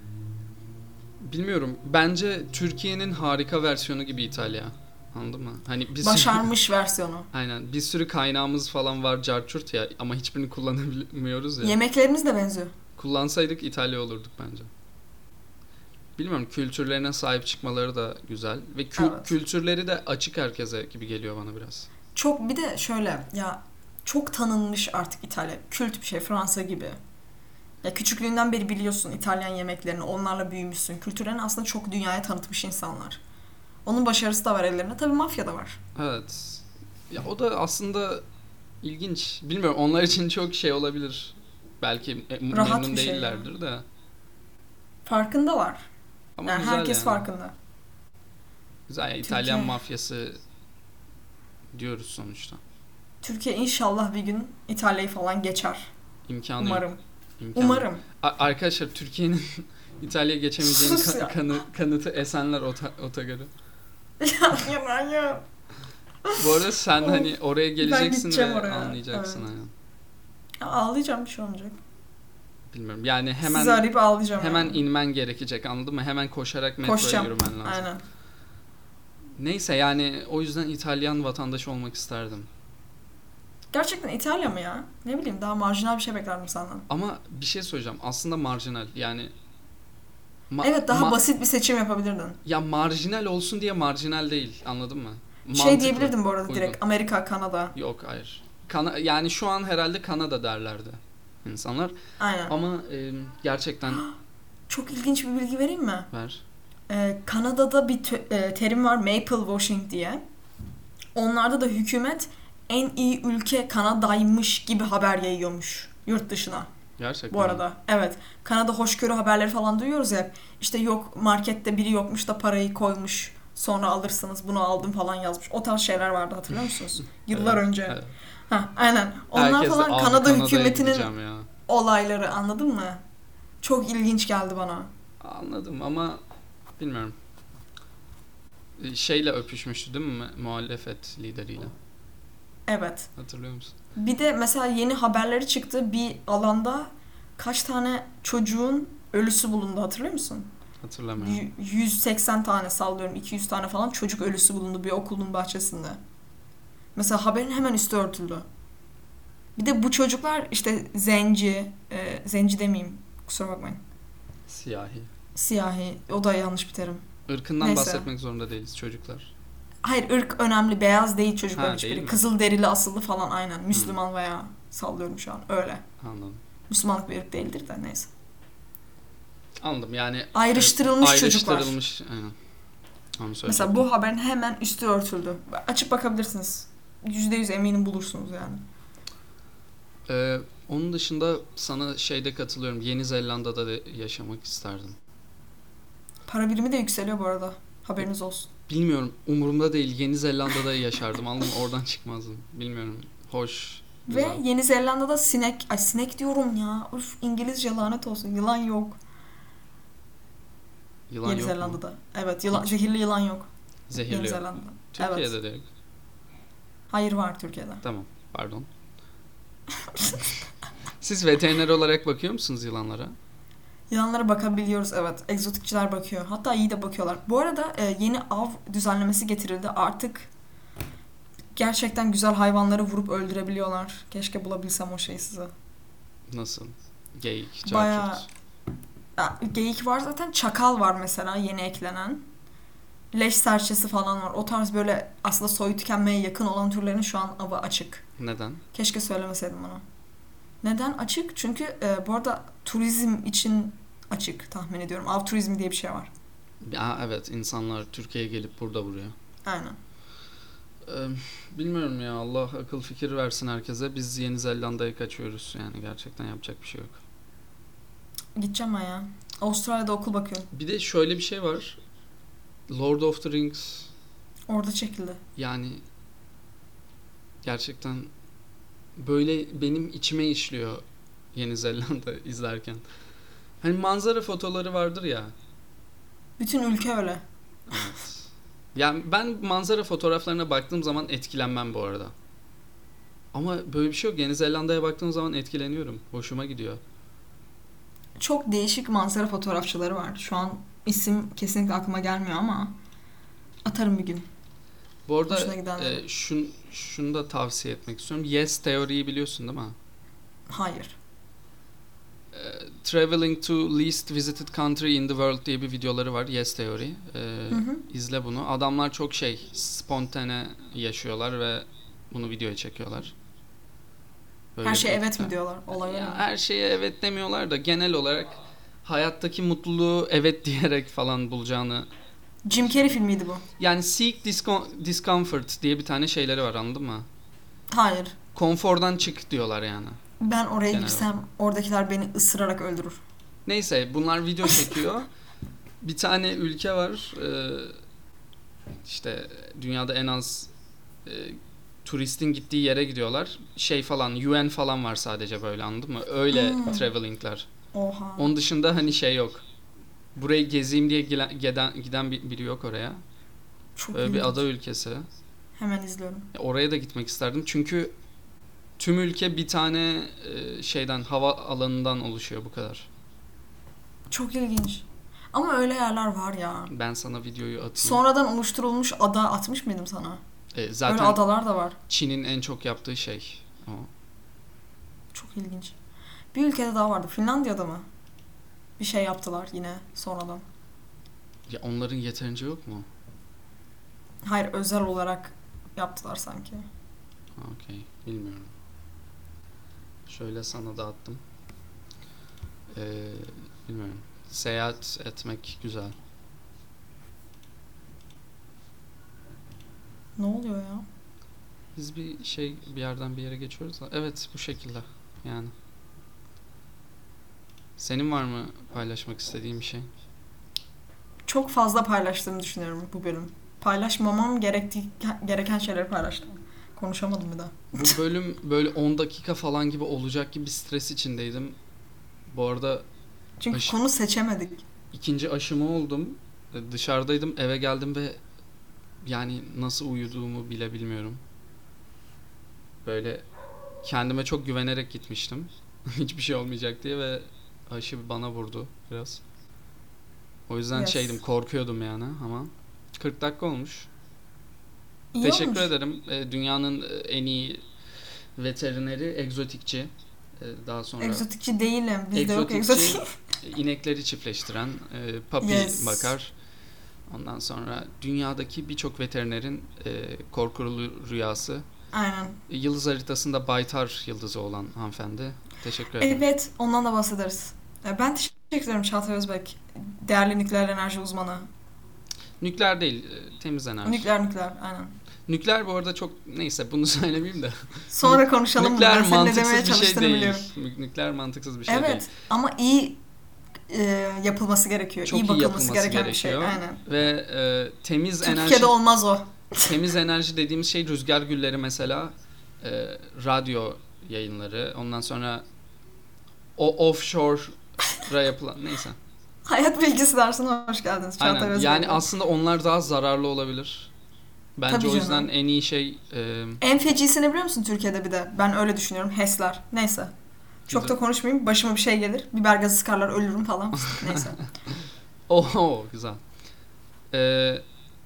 Bilmiyorum. Bence Türkiye'nin harika versiyonu gibi İtalya. Anladın mı? Hani bir sürü, Başarmış versiyonu. aynen. Bir sürü kaynağımız falan var, carçurt ya, ama hiçbirini kullanamıyoruz ya. Yemeklerimiz de benziyor. Kullansaydık İtalya olurduk bence. Bilmiyorum, kültürlerine sahip çıkmaları da güzel ve kü- Evet. kültürleri de açık herkese gibi geliyor bana biraz. Çok, bir de şöyle ya, çok tanınmış artık İtalya. Kült bir şey, Fransa gibi. Ya küçüklüğünden beri biliyorsun İtalyan yemeklerini, onlarla büyümüşsün. Kültürlerini aslında çok dünyaya tanıtmış insanlar. Onun başarısı da var ellerinde. Tabii mafya da var. Evet. Ya o da aslında ilginç. Bilmiyorum, onlar için çok şey olabilir. Belki e- Rahat memnun bir şey değillerdir de. Farkındalar. Ama Yani güzel herkes yani. farkında. Güzel ya, İtalyan Türkiye- mafyası diyoruz sonuçta. Türkiye inşallah bir gün İtalya'yı falan geçer. İmkanı yok. Umarım. İmkanı yok. Umarım. A- arkadaşlar Türkiye'nin İtalya'ya geçemeyeceğinin Sus ka- ya. kanı- kanıtı Esenler Ota- Otogarı. Hayır hayır. Bu arada sen Of. hani oraya geleceksin gideceğim ve oraya. anlayacaksın Evet. aynen. Ya ağlayacağım, bir şey olmayacak. Bilmiyorum. Yani Sizi hemen arayıp ağlayacağım. hemen yani. inmen gerekecek, anladın mı? Hemen koşarak metroya Koşacağım. yürümen lazım. Aynen. Neyse yani o yüzden İtalyan vatandaşı olmak isterdim. Gerçekten İtalya mı ya? Ne bileyim, daha marjinal bir şey beklerdim senden. Ama bir şey söyleyeceğim. Aslında marjinal. Yani ma- Evet, daha ma- basit bir seçim yapabilirdin. ya marjinal olsun diye marjinal değil. Anladın mı? Şey Mantıklı, diyebilirdim bu arada uygun. direkt Amerika, Kanada. Yok hayır. Kana- yani şu an herhalde Kanada derlerdi insanlar. Aynen. Ama e, gerçekten Çok ilginç bir bilgi vereyim mi? ver. Ee, Kanada'da bir tö- e, terim var, maple washing diye. Onlarda da hükümet en iyi ülke Kanada'ymış gibi haber yayıyormuş yurt dışına. Gerçekten. Bu arada. Evet. Kanada hoşgörü haberleri falan duyuyoruz ya. İşte yok markette biri yokmuş da parayı koymuş. Sonra alırsınız, bunu aldım falan yazmış. O tarz şeyler vardı, hatırlıyor musunuz? Yıllar Evet, önce. evet. Ha, aynen. Onlar Herkes de, falan "Abi Kanada Kanada'ya hükümetinin gideceğim ya." olayları, anladın mı? Çok ilginç geldi bana. Anladım ama bilmiyorum. E, Şeyle öpüşmüştü değil mi muhalefet lideriyle? Evet. Hatırlıyor musun? Bir de mesela yeni haberleri çıktı. Bir alanda kaç tane çocuğun ölüsü bulundu, hatırlıyor musun? Hatırlamıyorum. Y- yüz seksen tane, sallıyorum iki yüz tane falan çocuk ölüsü bulundu bir okulun bahçesinde. Mesela haberin hemen üstü örtüldü. Bir de bu çocuklar işte zenci, e, zenci demeyeyim, kusura bakmayın. Siyahi. Siyahi, o da yanlış bir terim. Irkından Neyse. bahsetmek zorunda değiliz çocuklar. Hayır, ırk önemli, beyaz değil çocuklar Ha, hiçbiri. değil mi? Kızıl derili, asıllı falan, aynen. Müslüman veya sallıyorum şu an öyle. Anladım. Müslümanlık bir ırk değildir de neyse. Anladım yani. Ayrıştırılmış evet, çocuklar. Ayrıştırılmış. Aynen. Onu Mesela söyleyecektim. bu haberin hemen üstü örtüldü. Açıp bakabilirsiniz. yüzde yüz eminim bulursunuz yani. Ee, onun dışında sana şeyde katılıyorum. Yeni Zelanda'da da yaşamak isterdim. Para birimi de yükseliyor bu arada. Haberiniz olsun. Bilmiyorum. Umurumda değil. Yeni Zelanda'da yaşardım. Anladın mı? Oradan çıkmazdım. Bilmiyorum. Hoş. Ve Güzel. Yeni Zelanda'da sinek, ay sinek diyorum ya. Üf, İngilizce lanet olsun. Yılan yok. Yılan Yeni yok mu? Zelanda'da. Evet, yılan, Hiç. zehirli yılan yok. Zehirli Yeni yok. Zelanda'da. Türkiye'de Evet. de yok. Hayır, var Türkiye'de. Tamam. Pardon. Siz veteriner olarak bakıyor musunuz yılanlara? Yılanlara bakabiliyoruz, evet. Egzotikçiler bakıyor. Hatta iyi de bakıyorlar. Bu arada e, yeni av düzenlemesi getirildi. Artık gerçekten güzel hayvanları vurup öldürebiliyorlar. Keşke bulabilsem o şeyi size. Nasıl? Geyik, Bayağı- çarçurt. Ya, geyik var zaten. Çakal var mesela yeni eklenen. Leş serçesi falan var. O tarz böyle aslında soyu tükenmeye yakın olan türlerin şu an avı açık. Neden? Keşke söylemeseydim onu. Neden açık? Çünkü e, bu arada turizm için açık tahmin ediyorum. Av turizmi diye bir şey var. Ya evet, insanlar Türkiye'ye gelip burada vuruyor. Aynen. Ee, bilmiyorum ya, Allah akıl fikir versin herkese. Biz Yeni Zelanda'ya kaçıyoruz yani, gerçekten yapacak bir şey yok. Gideceğim ben ya. Avustralya'da okul bakıyorum. Bir de şöyle bir şey var. Lord of the Rings Orada çekildi. yani gerçekten böyle benim içime işliyor Yeni Zelanda izlerken. Hani manzara fotoları vardır ya. Bütün ülke öyle. Evet. Yani ben manzara fotoğraflarına baktığım zaman etkilenmem bu arada. Ama böyle bir şey yok. Yeni Zelanda'ya baktığım zaman etkileniyorum. Hoşuma gidiyor. Çok değişik manzara fotoğrafçıları var. Şu an isim kesinlikle aklıma gelmiyor ama atarım bir gün. Bu arada Hoşuna gidenler. e, şun, şunu da tavsiye etmek istiyorum. Yes teoriyi biliyorsun değil mi? Hayır. E, Traveling to Least Visited Country in the World diye bir videoları var. Yes Theory. E, Hı hı. izle bunu. Adamlar çok şey spontane yaşıyorlar ve bunu videoya çekiyorlar. Böyle Her bir şey evet ekipte. mi diyorlar? Olay öyle Ya, mi? her şeye evet demiyorlar da genel olarak hayattaki mutluluğu evet diyerek falan bulacağını. Jim Carrey filmiydi bu. Yani seek disco- discomfort diye bir tane şeyleri var, anladın mı? Hayır. Konfordan çık diyorlar yani. Ben oraya Genel girsem oradakiler beni ısırarak öldürür. Neyse, bunlar video çekiyor. Bir tane ülke var. Ee, işte dünyada en az e, turistin gittiği yere gidiyorlar. Şey falan, U N falan var sadece, böyle, anladın mı? Öyle Hmm. traveling'ler. Oha. Onun dışında hani şey yok. Burayı gezeyim diye giden, giden, giden biri yok oraya. Çok Böyle bir ilginç. ada ülkesi. Hemen izliyorum. Oraya da gitmek isterdim. Çünkü tüm ülke bir tane e, şeyden, hava alanından oluşuyor, bu kadar. Çok ilginç. Ama öyle yerler var ya. Ben sana videoyu atayım. Sonradan oluşturulmuş ada atmış mıydım sana? E, zaten Öyle adalar da var. Çin'in en çok yaptığı şey o. Çok ilginç. Bir ülkede daha vardı. Finlandiya'da mı? Bir şey yaptılar yine sonradan. Ya onların yeterince yok mu? Hayır, özel olarak yaptılar sanki. Ha, okey. Bilmiyorum. Şöyle sana da attım. Ee, bilmiyorum. Seyahat etmek güzel. Ne oluyor ya? Biz bir şey, bir yerden bir yere geçiyoruz da. Evet, bu şekilde. Yani. Senin var mı paylaşmak istediğin bir şey? Çok fazla paylaştığımı düşünüyorum bu bölüm. Paylaşmamam gerektiği, gereken şeyleri paylaştım. Konuşamadım bir daha. Bu bölüm böyle on dakika falan gibi olacak gibi bir stres içindeydim. Bu arada Çünkü Aş- konu seçemedik. ikinci aşımı oldum. E, Dışarıdaydım, eve geldim ve yani nasıl uyuduğumu bile bilmiyorum. Böyle kendime çok güvenerek gitmiştim. Hiçbir şey olmayacak diye ve aşı bana vurdu biraz. O yüzden Yes. şeydim, korkuyordum yani, ama kırk dakika olmuş. İyi Teşekkür olmuş. ederim. E, Dünyanın en iyi veterineri, egzotikçi. E, Daha sonra Egzotikçi değilim. Bizde yok egzotikçi, egzotik. inekleri çiftleştiren, e, papi Yes. bakar. Ondan sonra dünyadaki birçok veterinerin e, korkulu rüyası. Aynen. Yıldız haritasında Baytar yıldızı olan hanımefendi. Teşekkür ederim. Evet, ondan da bahsederiz. E, Ben teşekkür ederim Çağatay Özbek. Değerli nükleer enerji uzmanı. Nükleer değil, e, temiz enerji. Nükleer nükleer, aynen. Nükleer bu arada çok, neyse bunu söylemeyeyim de. Sonra konuşalım. Nükleer Ben senin ne mantıksız demeye bir şey çalıştığını değil. biliyorum. Nü- Nükleer mantıksız bir şey Evet, değil. ama iyi e, yapılması gerekiyor. Çok iyi iyi bakılması yapılması gereken bir şey. gerekiyor. Aynen. Ve e, temiz Türkiye'de enerji, olmaz o. temiz enerji dediğimiz şey rüzgar gülleri mesela, e, radyo yayınları, ondan sonra o offshore'a yapılan, neyse. Hayat bilgisi dersine hoş geldiniz Çağatay Aynen. Özbek. Yani aslında onlar daha zararlı olabilir. Bence Tabii o yüzden canım. en iyi şey e, En fecisini biliyor musun Türkiye'de bir de? Ben öyle düşünüyorum. HES'ler. Neyse. Çok Güzel. da konuşmayayım. Başıma bir şey gelir. Biber gazı sıkarlar ölürüm falan. Neyse. oho güzel. E,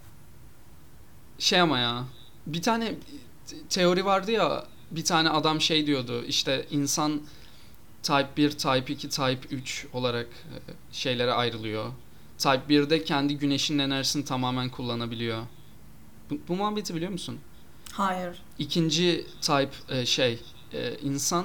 şey ama ya, bir tane teori vardı ya, bir tane adam şey diyordu, işte insan Type bir, Type iki, Type üç olarak e, şeylere ayrılıyor. Type birde kendi güneşinin enerjisini tamamen kullanabiliyor. Bu, bu muhabbeti biliyor musun? Hayır. İkinci type e, şey e, insan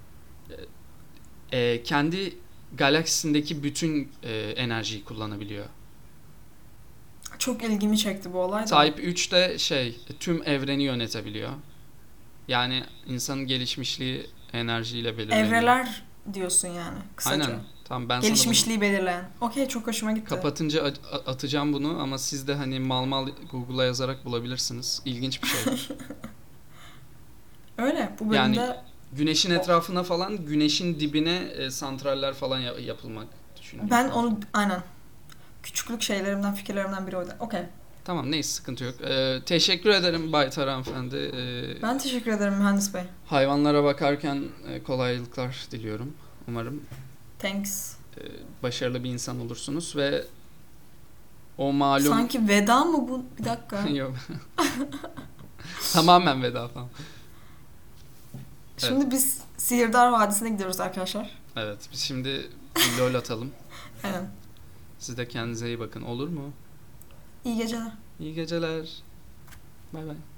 e, e, kendi galaksisindeki bütün e, enerjiyi kullanabiliyor. Çok ilgimi çekti bu olay da. Type üç de şey, tüm evreni yönetebiliyor. Yani insanın gelişmişliği enerjiyle belirleniyor. Evreler diyorsun yani kısaca. Aynen. Tamam, ben sana Gelişmişliği belirleyen. Okey, çok hoşuma bunu gitti. kapatınca a- a- atacağım bunu, ama siz de hani mal mal Google'a yazarak bulabilirsiniz. İlginç bir şey. Öyle. Bu bölümde Yani güneşin etrafına falan, güneşin dibine e, santraller falan ya- yapılmak düşünüyorum. ben onu aynen küçüklük şeylerimden, fikirlerimden biri oydu. Okey. Tamam, neyse, sıkıntı yok. Ee, teşekkür ederim Baytar hanımefendi. Ee, Ben teşekkür ederim mühendis bey. hayvanlara bakarken e, kolaylıklar diliyorum. Umarım Thanks. e, başarılı bir insan olursunuz ve o malum... Sanki veda mı bu? Bir dakika. Yok. Tamamen veda falan. Şimdi biz Sihirdar Vadisi'ne gidiyoruz arkadaşlar. Evet, biz şimdi bir LOL atalım. Aynen. Siz de kendinize iyi bakın, olur mu? İyi geceler. İyi geceler. Bay bay.